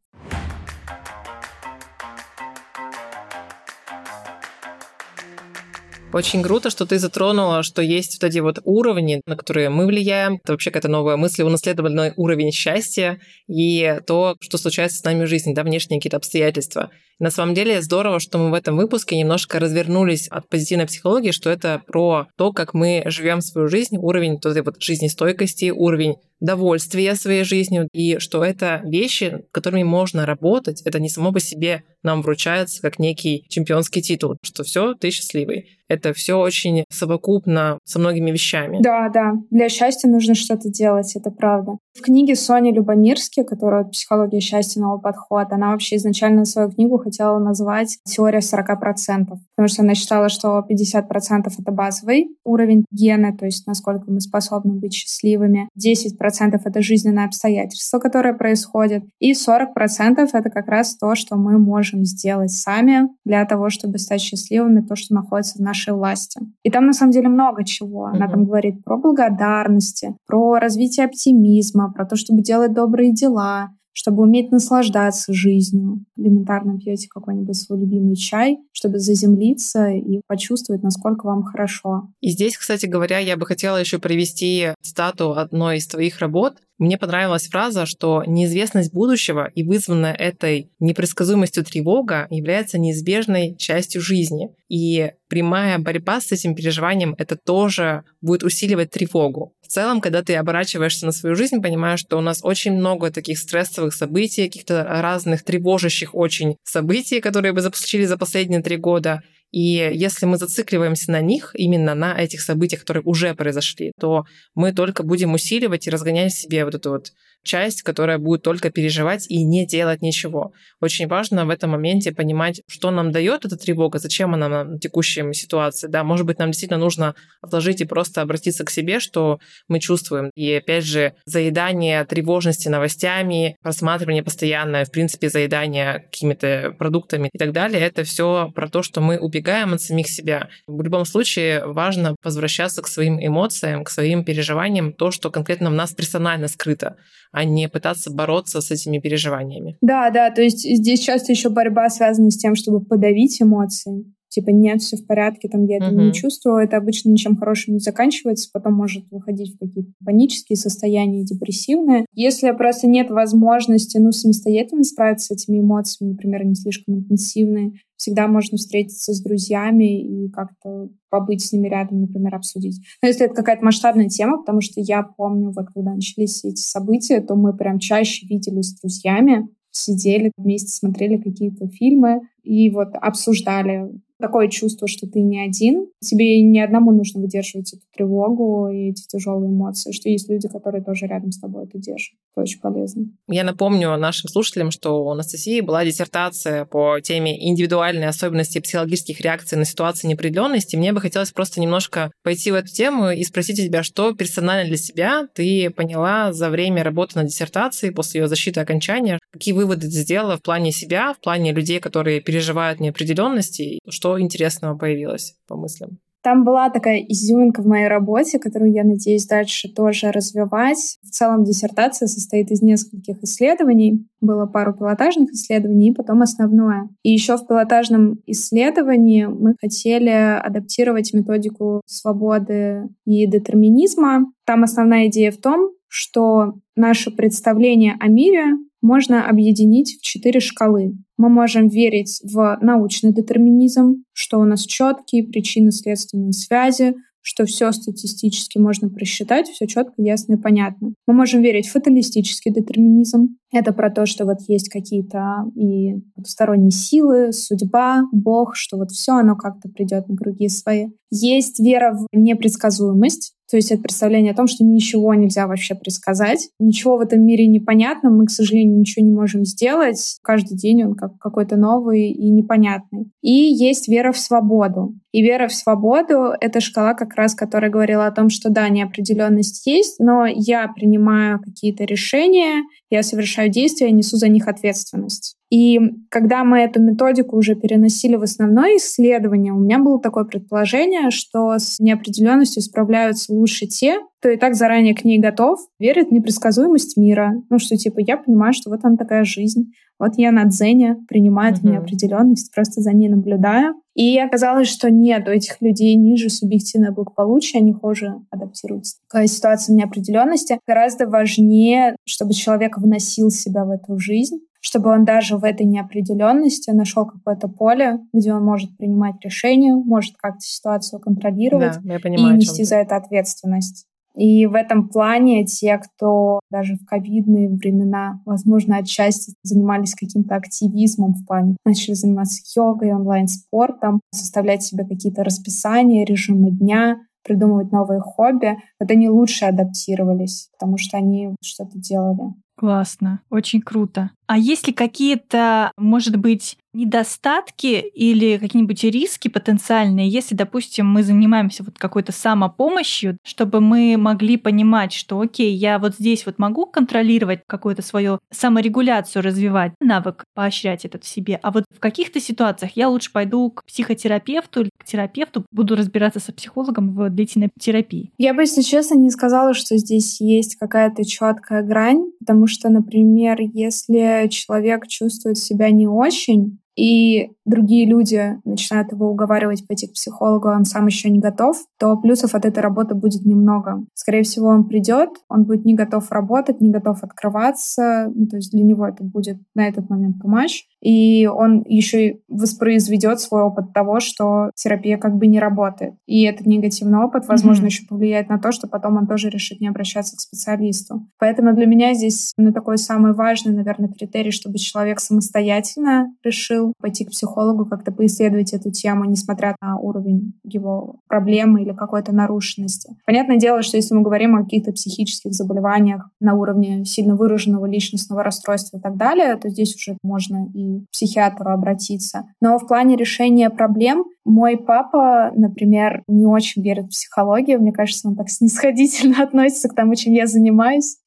Очень круто, что ты затронула, что есть вот эти вот уровни, на которые мы влияем. Это вообще какая-то новая мысль, унаследованный уровень счастья и то, что случается с нами в жизни, да, внешние какие-то обстоятельства. И на самом деле здорово, что мы в этом выпуске немножко развернулись от позитивной психологии, что это про то, как мы живем свою жизнь, уровень вот этой вот жизнестойкости, уровень довольствия своей жизнью, и что это вещи, которыми можно работать, это не само по себе нам вручается как некий чемпионский титул, что все, ты счастливый. Это все очень совокупно со многими вещами. Да, да. Для счастья нужно что-то делать, это правда. В книге Сони Любомирски, которая «Психология счастья. Новый подход», она вообще изначально свою книгу хотела назвать «Теория 40%», потому что она считала, что 50% — это базовый уровень гена, то есть насколько мы способны быть счастливыми, 10% — это жизненные обстоятельства, которые происходят, и 40% — это как раз то, что мы можем сделать сами для того, чтобы стать счастливыми, то, что находится в нашей власти. И там на самом деле много чего. Она там говорит про благодарности, про развитие оптимизма, про то, чтобы делать добрые дела, чтобы уметь наслаждаться жизнью. Элементарно пьете какой-нибудь свой любимый чай, чтобы заземлиться и почувствовать, насколько вам хорошо. И здесь, кстати говоря, я бы хотела еще привести цитату одной из твоих работ. Мне понравилась фраза, что неизвестность будущего и вызванная этой непредсказуемостью тревога является неизбежной частью жизни. И прямая борьба с этим переживанием — это тоже будет усиливать тревогу. В целом, когда ты оборачиваешься на свою жизнь, понимаешь, что у нас очень много таких стрессовых событий, каких-то разных тревожащих очень событий, которые бы случились за последние 3 года. И если мы зацикливаемся на них, именно на этих событиях, которые уже произошли, то мы только будем усиливать и разгонять в себе вот эту вот часть, которая будет только переживать и не делать ничего. Очень важно в этом моменте понимать, что нам дает эта тревога, зачем она нам в текущей ситуации. Да, может быть, нам действительно нужно отложить и просто обратиться к себе, что мы чувствуем. И опять же, заедание тревожности новостями, просматривание постоянное, в принципе, заедание какими-то продуктами и так далее, это все про то, что мы убегаем убегаем от самих себя. В любом случае важно возвращаться к своим эмоциям, к своим переживаниям, то, что конкретно в нас персонально скрыто, а не пытаться бороться с этими переживаниями. Да, то есть здесь часто еще борьба связана с тем, чтобы подавить эмоции. Типа нет, все в порядке, там я этого не чувствую. Это обычно ничем хорошим не заканчивается, потом может выходить в какие-то панические состояния, депрессивные. Если просто нет возможности, самостоятельно справиться с этими эмоциями, например, они слишком интенсивные, всегда можно встретиться с друзьями и как-то побыть с ними рядом, например, обсудить. Но если это какая-то масштабная тема, потому что я помню, вот когда начались эти события, то мы прям чаще виделись с друзьями, сидели вместе, смотрели какие-то фильмы и вот обсуждали. Такое чувство, что ты не один. Тебе не одному нужно выдерживать эту тревогу и эти тяжелые эмоции, что есть люди, которые тоже рядом с тобой это держат. Это очень полезно. Я напомню нашим слушателям, что у Анастасии была диссертация по теме индивидуальные особенности психологических реакций на ситуации неопределенности. Мне бы хотелось просто немножко пойти в эту тему и спросить у тебя, что персонально для себя ты поняла за время работы над диссертацией, после ее защиты и окончания, какие выводы ты сделала в плане себя, в плане людей, которые переживают неопределенности, что интересного появилось по мыслям? Там была такая изюминка в моей работе, которую я надеюсь дальше тоже развивать. В целом диссертация состоит из нескольких исследований. Было пару пилотажных исследований и потом основное. И еще в пилотажном исследовании мы хотели адаптировать методику свободы и детерминизма. Там основная идея в том, что наше представление о мире можно объединить в 4 шкалы. Мы можем верить в научный детерминизм, что у нас четкие причинно-следственные связи, что все статистически можно просчитать, все четко, ясно и понятно. Мы можем верить в фаталистический детерминизм. Это про то, что вот есть какие-то и потусторонние силы, судьба, Бог, что вот все оно как-то придет на круги свои. Есть вера в непредсказуемость, то есть это представление о том, что ничего нельзя вообще предсказать. Ничего в этом мире непонятно, мы, к сожалению, ничего не можем сделать. Каждый день он как какой-то новый и непонятный. И есть вера в свободу. И вера в свободу — это шкала как раз, которая говорила о том, что да, неопределенность есть, но я принимаю какие-то решения, я совершаю действия, я несу за них ответственность. И когда мы эту методику уже переносили в основное исследование, у меня было такое предположение, что с неопределенностью справляются лучше те, кто и так заранее к ней готов, верит в непредсказуемость мира. Что типа я понимаю, что вот она такая жизнь. Вот я на дзене принимаю эту неопределенность, просто за ней наблюдаю. И оказалось, что нет, у этих людей ниже субъективное благополучие, они хуже адаптируются к ситуации неопределенности. Гораздо важнее, чтобы человек вносил себя в эту жизнь, чтобы он даже в этой неопределенности нашел какое-то поле, где он может принимать решения, может как-то ситуацию контролировать и нести за это ответственность. И в этом плане те, кто даже в ковидные времена, возможно, отчасти занимались каким-то активизмом в плане, начали заниматься йогой, онлайн-спортом, составлять себе какие-то расписания, режимы дня, придумывать новые хобби, вот они лучше адаптировались, потому что они что-то делали. Классно, очень круто. А есть ли какие-то, может быть, недостатки или какие-нибудь риски потенциальные, если, допустим, мы занимаемся вот какой-то самопомощью, чтобы мы могли понимать, что окей, я вот здесь вот могу контролировать какую-то свою саморегуляцию, развивать, навык, поощрять этот в себе, а вот в каких-то ситуациях я лучше пойду к психотерапевту или к терапевту, буду разбираться со психологом в длительной терапии? Я бы, если честно, не сказала, что здесь есть какая-то четкая грань, потому что, например, если человек чувствует себя не очень, и другие люди начинают его уговаривать пойти к психологу, а он сам еще не готов, то плюсов от этой работы будет немного. Скорее всего, он придет, он будет не готов работать, не готов открываться, то есть для него это будет на этот момент too much. И он еще и воспроизведет свой опыт того, что терапия как бы не работает. И этот негативный опыт, возможно, еще повлияет на то, что потом он тоже решит не обращаться к специалисту. Поэтому для меня здесь такой самый важный, наверное, критерий, чтобы человек самостоятельно решил пойти к психологу, как-то поисследовать эту тему, несмотря на уровень его проблемы или какой-то нарушенности. Понятное дело, что если мы говорим о каких-то психических заболеваниях на уровне сильно выраженного личностного расстройства и так далее, то здесь уже можно и к психиатру обратиться. Но в плане решения проблем мой папа, например, не очень верит в психологию. Мне кажется, он так снисходительно относится к тому, чем я занимаюсь.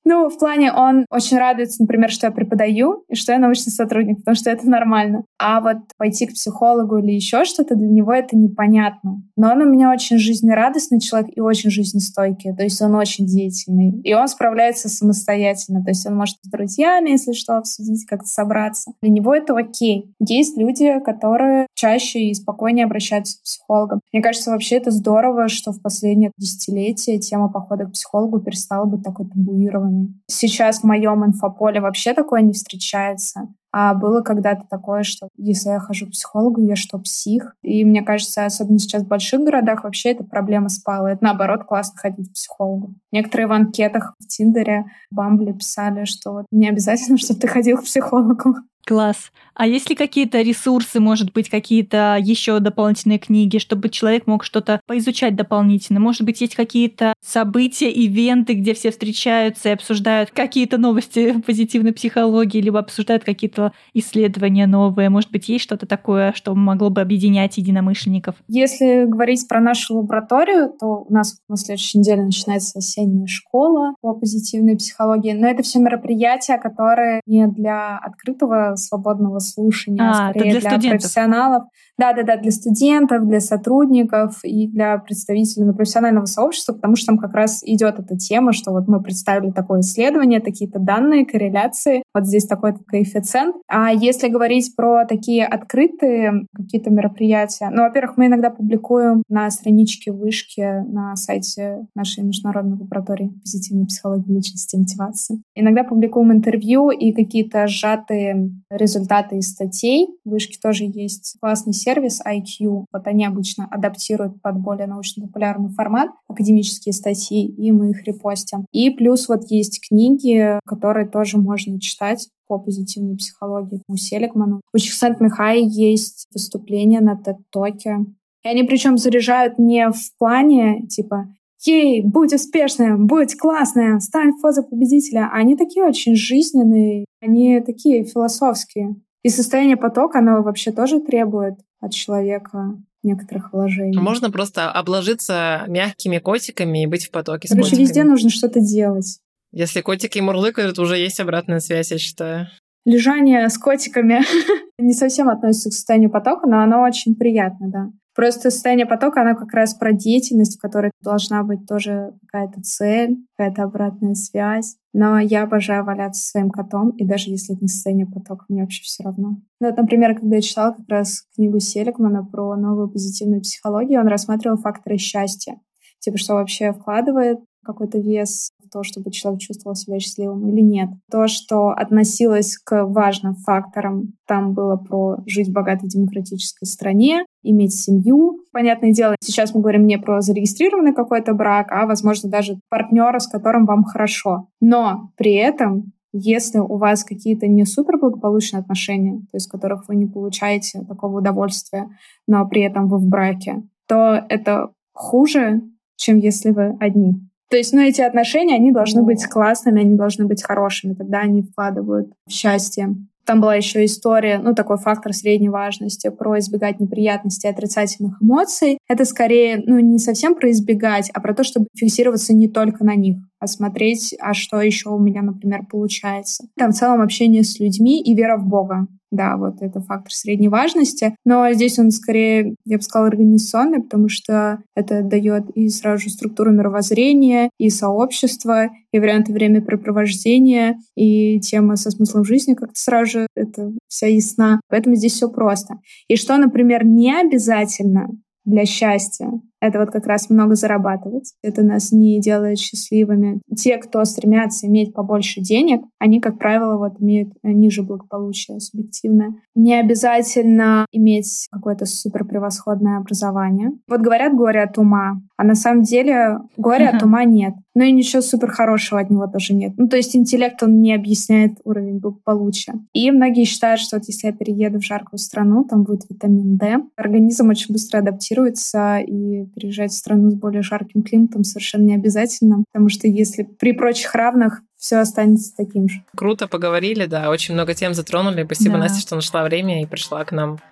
Ну, в плане он очень радуется, например, что я преподаю и что я научный сотрудник, потому что это нормально. А вот пойти к психологу или еще что-то, для него это непонятно. Но он у меня очень жизнерадостный человек и очень жизнестойкий. То есть он очень деятельный. И он справляется самостоятельно. То есть он может с друзьями, если что, обсудить, как-то собраться. Для него это окей. Есть люди, которые чаще и спокойнее обращаются к психологам. Мне кажется, вообще это здорово, что в последние десятилетия тема похода к психологу перестала быть такой табуированной. Сейчас в моем инфополе вообще такое не встречается. А было когда-то такое, что если я хожу к психологу, я что, псих? И мне кажется, особенно сейчас в больших городах вообще эта проблема спала. Это наоборот классно ходить к психологу. Некоторые в анкетах в Тиндере, в Бамбле писали, что вот не обязательно, чтобы ты ходил к психологу. Класс. А есть ли какие-то ресурсы, может быть, какие-то еще дополнительные книги, чтобы человек мог что-то поизучать дополнительно? Может быть, есть какие-то события, ивенты, где все встречаются и обсуждают какие-то новости позитивной психологии, либо обсуждают какие-то исследования новые? Может быть, есть что-то такое, что могло бы объединять единомышленников? Если говорить про нашу лабораторию, то у нас на следующей неделе начинается осенняя школа по позитивной психологии. Но это все мероприятия, которые не для открытого свободного слушания, а скорее для профессионалов. Да, для студентов, для сотрудников и для представителей профессионального сообщества, потому что там как раз идет эта тема, что вот мы представили такое исследование, такие-то данные, корреляции, вот здесь такой-то коэффициент. А если говорить про такие открытые какие-то мероприятия, ну, во-первых, мы иногда публикуем на страничке Вышки на сайте нашей международной лаборатории позитивной психологии личности и мотивации. Иногда публикуем интервью и какие-то сжатые результаты из статей. В Вышке тоже есть классный сервис IQ. Вот они обычно адаптируют под более научно-популярный формат академические статьи, и мы их репостим. И плюс вот есть книги, которые тоже можно читать по позитивной психологии. У Селигмана. У Чиксент-Михай есть выступления на TED-токе. И они причем заряжают не в плане типа «Ей, будь успешным, будь классным, стань в позу победителя». Они такие очень жизненные, они такие философские. И состояние потока, оно вообще тоже требует от человека некоторых вложений. Можно просто обложиться мягкими котиками и быть в потоке с котиками. котиками. Везде нужно что-то делать. Если котики мурлыкают, уже есть обратная связь, я считаю. Лежание с котиками не совсем относится к состоянию потока, но оно очень приятно, да. Просто состояние потока, оно как раз про деятельность, в которой должна быть тоже какая-то цель, какая-то обратная связь. Но я обожаю валяться со своим котом, и даже если это не состояние потока, мне вообще все равно. Ну, вот, например, когда я читала как раз книгу Селигмана про новую позитивную психологию, он рассматривал факторы счастья. Типа, что вообще вкладывает какой-то вес в то, чтобы человек чувствовал себя счастливым или нет. То, что относилось к важным факторам, там было про жить в богатой демократической стране, иметь семью. Понятное дело, сейчас мы говорим не про зарегистрированный какой-то брак, а, возможно, даже партнера, с которым вам хорошо. Но при этом, если у вас какие-то не суперблагополучные отношения, то есть в которых вы не получаете такого удовольствия, но при этом вы в браке, то это хуже, чем если вы одни. То есть, эти отношения, они должны быть классными, они должны быть хорошими, тогда они вкладывают в счастье. Там была еще история, такой фактор средней важности, про избегать неприятностей и отрицательных эмоций. Это скорее, не совсем про избегать, а про то, чтобы фиксироваться не только на них, а смотреть, а что еще у меня, например, получается. Там в целом общение с людьми и вера в Бога. Да, вот это фактор средней важности. Но здесь он скорее, я бы сказала, организационный, потому что это дает и сразу же структуру мировоззрения, и сообщество, и варианты времяпрепровождения, и тема со смыслом жизни как-то сразу же это вся ясна. Поэтому здесь все просто. И что, например, не обязательно для счастья, это вот как раз много зарабатывать. Это нас не делает счастливыми. Те, кто стремятся иметь побольше денег, они, как правило, имеют ниже благополучие субъективное. Не обязательно иметь какое-то суперпревосходное образование. Вот говорят, горе от ума, а на самом деле горе от ума нет. Но и ничего суперхорошего от него тоже нет. То есть интеллект, он не объясняет уровень благополучия. И многие считают, что вот если я перееду в жаркую страну, там будет витамин D. Организм очень быстро адаптируется, и переезжать в страну с более жарким климатом совершенно не обязательно, потому что если при прочих равных все останется таким же. Круто поговорили, да, очень много тем затронули. Спасибо, Да. Настя, что нашла время и пришла к нам.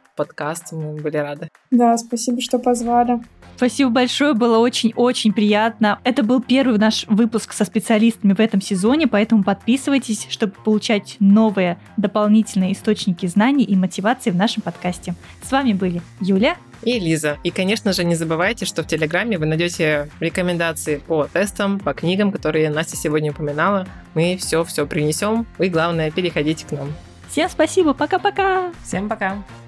в подкаст. Мы были рады. Да, спасибо, что позвали. Спасибо большое, было очень-очень приятно. Это был первый наш выпуск со специалистами в этом сезоне, поэтому подписывайтесь, чтобы получать новые дополнительные источники знаний и мотивации в нашем подкасте. С вами были Юля и Лиза. И, конечно же, не забывайте, что в Телеграме вы найдете рекомендации по тестам, по книгам, которые Настя сегодня упоминала. Мы все принесем. И главное, переходите к нам. Всем спасибо, пока-пока! Всем пока!